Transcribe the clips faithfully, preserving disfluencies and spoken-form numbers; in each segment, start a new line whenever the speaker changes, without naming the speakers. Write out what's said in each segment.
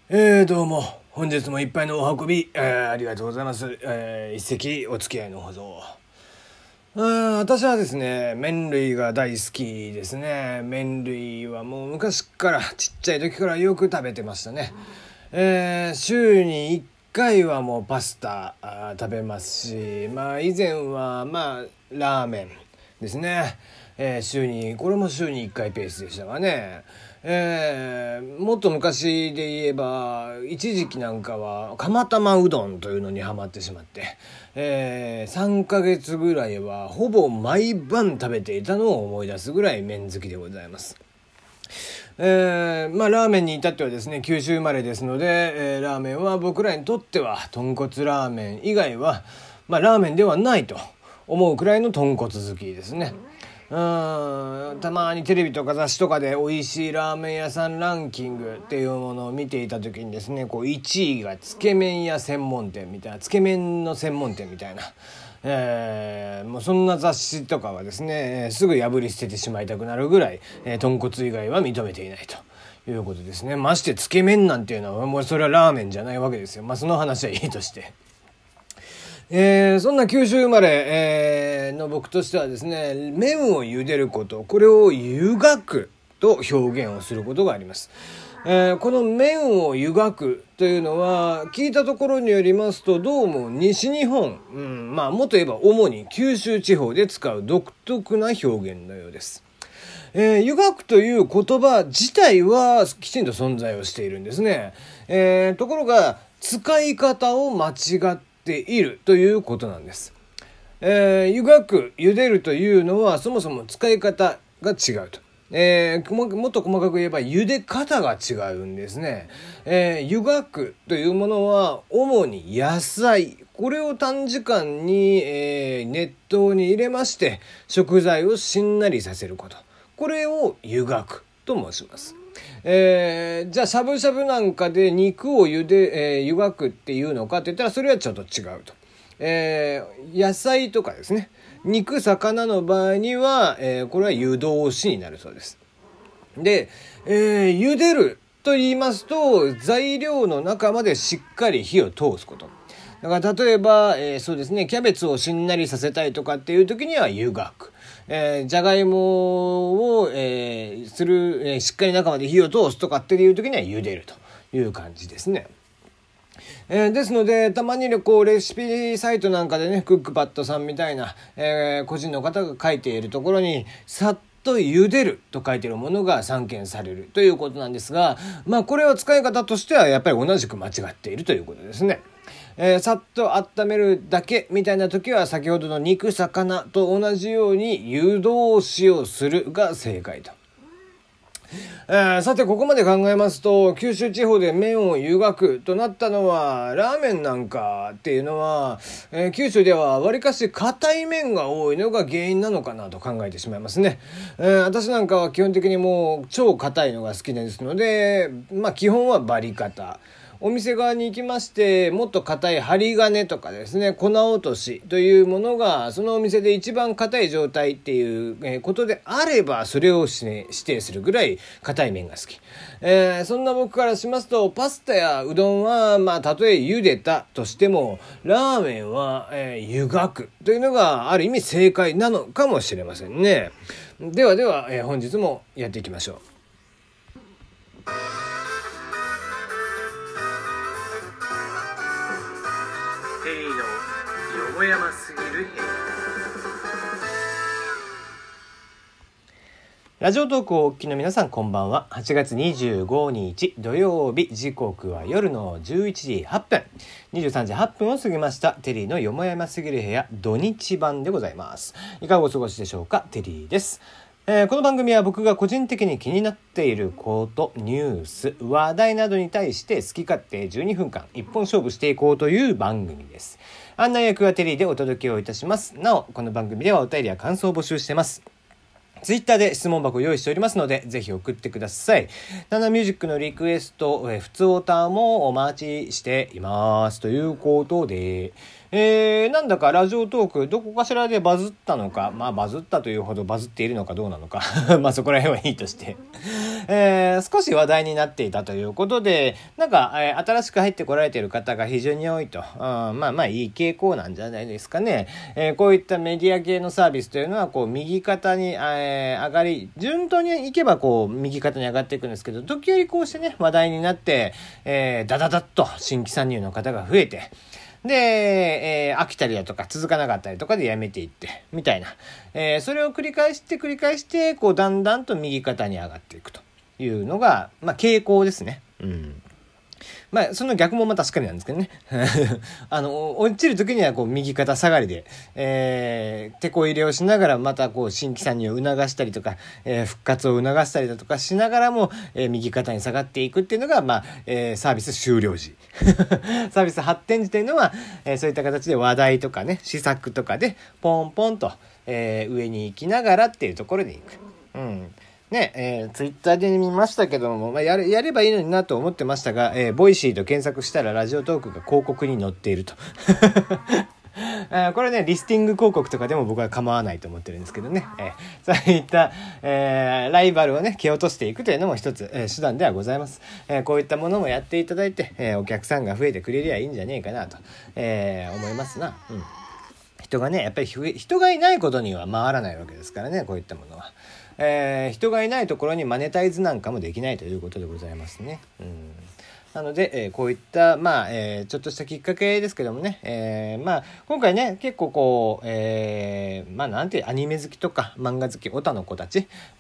えー、どうも本日もいっぱいのお運び、えー、ありがとうございます、えー、一席お付き合いのほど。うん私はですね麺類が大好きですね。麺類はもう昔からちっちゃい時からよく食べてましたね。えー、週にいっかいはもうパスタあ食べますし、まあ以前はまあラーメンですね。えー、週にこれも週にいっかいペースでしたがね。えー、もっと昔で言えば一時期なんかは釜玉うどんというのにハマってしまって、えー、さんかげつぐらいはほぼ毎晩食べていたのを思い出すぐらい麺好きでございます。えー、まあラーメンに至ってはですね九州生まれですので、えー、ラーメンは僕らにとっては豚骨ラーメン以外は、まあ、ラーメンではないと思うくらいの豚骨好きですね。うんたまにテレビとか雑誌とかで美味しいラーメン屋さんランキングっていうものを見ていた時にですね、こういちいがつけ麺屋専門店みたいな、つけ麺の専門店みたいな、えー、もうそんな雑誌とかはですねすぐ破り捨ててしまいたくなるぐらい、えー、豚骨以外は認めていないということですね。ましてつけ麺なんていうのはもうそれはラーメンじゃないわけですよ。まあその話はいいとして、えー、そんな九州生まれ、えー、の僕としてはですね、麺を茹でること、これを湯がくと表現をすることがあります。えー、この麺を湯がくというのは聞いたところによりますと、どうも西日本、うん、まあもっと言えば主に九州地方で使う独特な表現のようです。えー、湯がくという言葉自体はきちんと存在をしているんですね。えー、ところが使い方を間違っているということなんです。えー、湯がく、茹でるというのはそもそも使い方が違うと。えー、もっと細かく言えば茹で方が違うんですね。えー、湯がくというものは主に野菜、これを短時間に、えー、熱湯に入れまして食材をしんなりさせること、これを湯がくと申します。えー、じゃあしゃぶしゃぶなんかで肉を茹で、えー、湯がくっていうのかって言ったらそれはちょっと違うと。えー、野菜とかですね、肉魚の場合には、えー、これは湯通しになるそうです。で、えー、茹でると言いますと材料の中までしっかり火を通すこと。だから例えば、えー、そうですね、キャベツをしんなりさせたいとかっていう時には湯がく、えー、じゃがいもを、えー、する、えー、しっかり中まで火を通すとかっていう時には茹でるという感じですね。えー、ですのでたまにこうレシピサイトなんかでね、クックパッドさんみたいな、えー、個人の方が書いているところにさっと茹でると書いているものが散見されるということなんですが、まあこれは使い方としてはやっぱり同じく間違っているということですね。えー、さっと温めるだけみたいな時は先ほどの肉魚と同じように湯通しをするが正解と。えー、さてここまで考えますと九州地方で麺を湯がくとなったのはラーメンなんかっていうのは、えー、九州ではわりかし硬い麺が多いのが原因なのかなと考えてしまいますね。えー、私なんかは基本的にもう超硬いのが好きですので、まあ基本はバリ硬。お店側に行きましてもっと硬い針金とかですね、粉落としというものがそのお店で一番硬い状態っていうことであればそれを指定するぐらい硬い麺が好き。えー、そんな僕からしますとパスタやうどんはまあたとえ茹でたとしてもラーメンは、えー、湯がくというのがある意味正解なのかもしれませんね。ではでは、えー、本日もやっていきましょう。
テリーのよもやますぎる部屋。
ラジオトークをお聞きの皆さんこんばんは。はちがつにじゅうごにち土曜日、時刻は夜のじゅういちじはっぷん、にじゅうさんじはっぷんを過ぎました。テリーのよもやますぎる部屋土日版でございます。いかがお過ごしでしょうか。テリーです。えー、この番組は僕が個人的に気になっていること、ニュース、話題などに対して好き勝手じゅうにふんかん一本勝負していこうという番組です。案内役はテリーでお届けをいたします。なおこの番組ではお便りや感想を募集しています。ツイッターで質問箱を用意しておりますのでぜひ送ってください。ナナミュージックのリクエスト、えー、ふつおたもお待ちしていますということで、ええー、なんだかラジオトークどこかしらでバズったのか、まあバズったというほどバズっているのかどうなのかまあそこら辺はいいとして、えー、少し話題になっていたということで、なんか、えー、新しく入ってこられている方が非常に多いと、あまあまあいい傾向なんじゃないですかね。えー、こういったメディア系のサービスというのはこう右肩に、えー、上がり、順当にいけばこう右肩に上がっていくんですけど、時折こうしてね話題になって、えー、ダダダッと新規参入の方が増えて、で、えー、飽きたりだとか続かなかったりとかでやめていってみたいな、えー、それを繰り返して繰り返してこうだんだんと右肩に上がっていくというのが、まあ、傾向ですね。うん。まあその逆もまた確かになんですけどねあの落ちる時にはこう右肩下がりで、えー、手こ入れをしながらまたこう新規参入を促したりとか、えー、復活を促したりだとかしながらも、えー、右肩に下がっていくっていうのが、まあえー、サービス終了時サービス発展時というのは、えー、そういった形で話題とかね施策とかでポンポンと、えー、上に行きながらっていうところで行く。うんねえー、ツイッターで見ましたけども、まあ、やれ、やればいいのになと思ってましたが、えー、ボイシーと検索したらラジオトークが広告に載っているとこれねリスティング広告とかでも僕は構わないと思ってるんですけどね、えー、そういった、えー、ライバルをね蹴落としていくというのも一つ、えー、手段ではございます、えー、こういったものもやっていただいて、えー、お客さんが増えてくれりゃいいんじゃねえかなと、えー、思いますな。うん、人がねやっぱり人がいないことには回らないわけですからね、こういったものは。えー、人がいないところにマネタイズなんかもできないということでございますね。うん、なので、えー、こういった、まあえー、ちょっとしたきっかけですけどもね、えーまあ、今回ね結構こう、えー、まあなんてアニメ好きとか漫画好きオタの子たち、うん、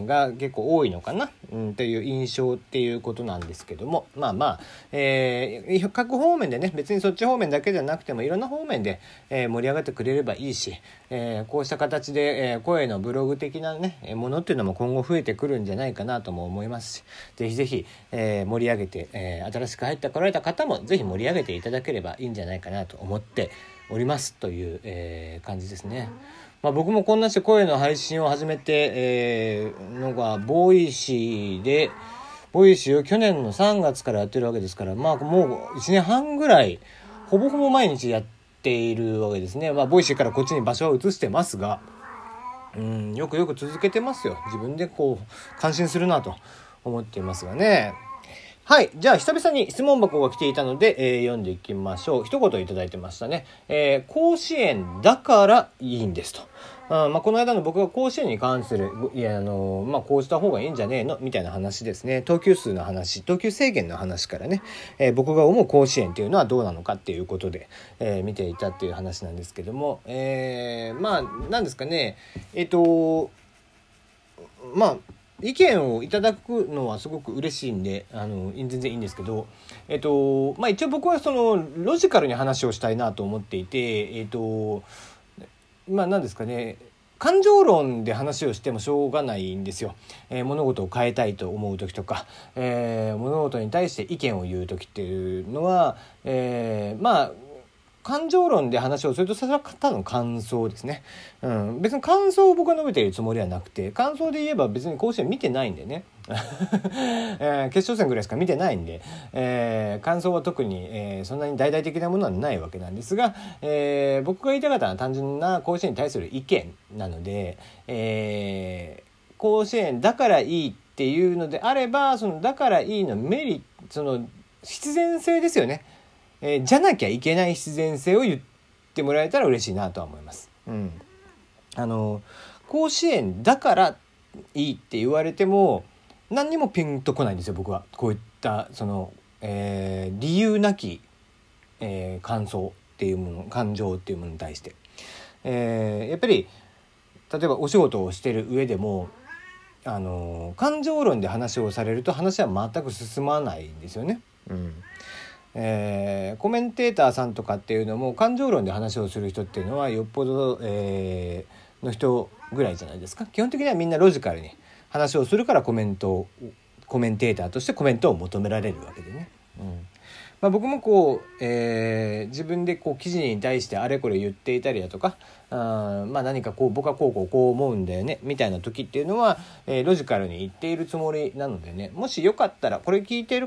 が結構多いのかな、うん、という印象っていうことなんですけども、まあまあ、えー、各方面でね別にそっち方面だけじゃなくてもいろんな方面で、えー、盛り上がってくれればいいし、えー、こうした形で、えー、声のブログ的なねものっていうのも今後増えてくるんじゃないかなとも思いますし、ぜひぜひ、えー、盛り上げて、えー、新しく入ってこられた方もぜひ盛り上げていただければいいんじゃないかなと思っておりますという、えー、感じですね。まあ、僕もこんなして声の配信を始めて、えー、のがボイシーでボイシーを去年のさんがつからやってるわけですから、まあもういちねんはんぐらいほぼほぼ毎日やっているわけですね。まあボイシーからこっちに場所を移してますが、うん、よくよく続けてますよ。自分でこう感心するなと思っていますがね。はい。じゃあ久々に質問箱が来ていたので、えー、読んでいきましょう。一言いただいてましたね。えー、甲子園だからいいんですと。あまあ、この間の僕が甲子園に関する、いや、あのー、まあ、こうした方がいいんじゃねえのみたいな話ですね。投球数の話、投球制限の話からね、えー、僕が思う甲子園っていうのはどうなのかっていうことで、えー、見ていたっていう話なんですけども、えー、まあ、なんですかね、えっと、まあ、意見をいただくのはすごく嬉しいんで、あの全然いいんですけど、えっとまあ、一応僕はそのロジカルに話をしたいなと思っていて、えっとまあ何ですかね、感情論で話をしてもしょうがないんですよ。えー、物事を変えたいと思う時とか、えー、物事に対して意見を言う時っていうのは、えー、まあ感情論で話をするとそれはただの感想ですね、うん、別に感想を僕は述べているつもりはなくて、感想で言えば別に甲子園見てないんでね、えー、決勝戦ぐらいしか見てないんで、えー、感想は特に、えー、そんなに大々的なものはないわけなんですが、えー、僕が言いたかったのは単純な甲子園に対する意見なので、えー、甲子園だからいいっていうのであれば、そのだからいいのメリット、その必然性ですよね。えー、じゃなきゃいけない必然性を言ってもらえたら嬉しいなとは思います。うん、あの甲子園だからいいって言われても何にもピンとこないんですよ、僕は。こういったその、えー、理由なき、えー、感想っていうもの、感情っていうものに対して、えー、やっぱり例えばお仕事をしてる上でもあの感情論で話をされると話は全く進まないんですよね。うんえー、コメンテーターさんとかっていうのも感情論で話をする人っていうのはよっぽど、えー、の人ぐらいじゃないですか。基本的にはみんなロジカルに話をするからコメントをコメンテーターとしてコメントを求められるわけでね、うんまあ、僕もこう、えー、自分でこう記事に対してあれこれ言っていたりだとか、あまあ何かこう僕はこうこうこう思うんだよねみたいな時っていうのは、えー、ロジカルに言っているつもりなのでね、もしよかったらこれ聞いてる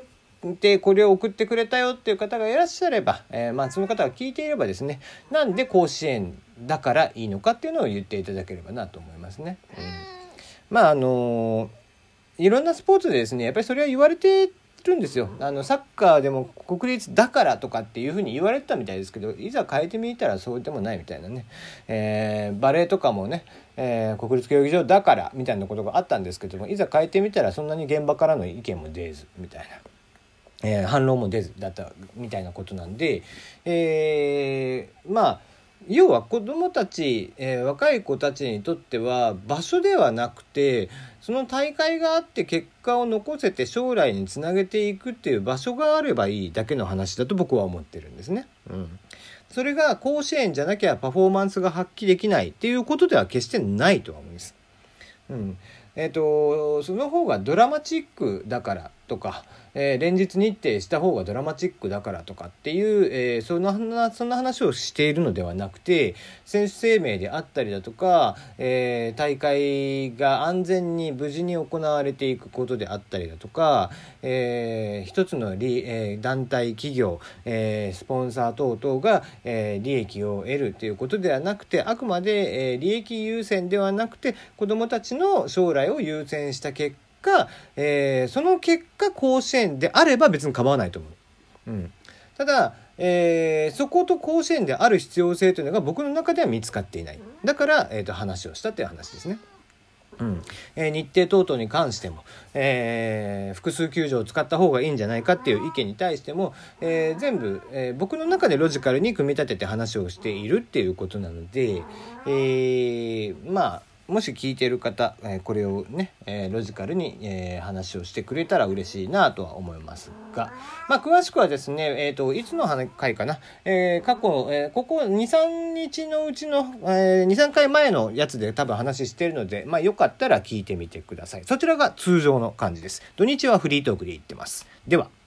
てこれを送ってくれたよっていう方がいらっしゃれば、えー、まあその方が聞いていればですね、なんで甲子園だからいいのかっていうのを言っていただければなと思いますね。うん、まああのいろんなスポーツでですね、やっぱりそれは言われてるんですよ。あのサッカーでも国立だからとかっていうふうに言われてたみたいですけど、いざ変えてみたらそうでもないみたいなね、えー、バレーとかもね、えー、国立競技場だからみたいなことがあったんですけども、いざ変えてみたらそんなに現場からの意見も出ずみたいな、えー、反論も出ずだったみたいなことなんで、えー、まあ要は子どもたち、えー、若い子たちにとっては場所ではなくて、その大会があって結果を残せて将来につなげていくっていう場所があればいいだけの話だと僕は思ってるんですね。うん、それが甲子園じゃなきゃパフォーマンスが発揮できないっていうことでは決してないとは思うんです。うんえーと、その方がドラマチックだからとか、えー、連日日程した方がドラマチックだからとかっていう、えー、そんな、そんな話をしているのではなくて、選手生命であったりだとか、えー、大会が安全に無事に行われていくことであったりだとか、えー、一つの利、えー、団体企業、えー、スポンサー等々が、えー、利益を得るということではなくて、あくまで、えー、利益優先ではなくて子どもたちの将来を優先した結果、えー、その結果甲子園であれば別に構わないと思う。うん、ただ、えー、そこと甲子園である必要性というのが僕の中では見つかっていない。だから、えーと、話をしたという話ですね。うんえー、日程等々に関しても、えー、複数球場を使った方がいいんじゃないかっていう意見に対しても、えー、全部、えー、僕の中でロジカルに組み立てて話をしているっていうことなので、えー、まあもし聞いている方、えー、これをね、えー、ロジカルに、えー、話をしてくれたら嬉しいなとは思いますが、まあ、詳しくはですね、えーと、いつの回かな、えー、過去、えー、ここに、さんにちのうちの、えー、に、さんかいまえのやつで多分話しているので、まあ、よかったら聞いてみてください。そちらが通常の感じです。土日はフリートークで言ってます。では。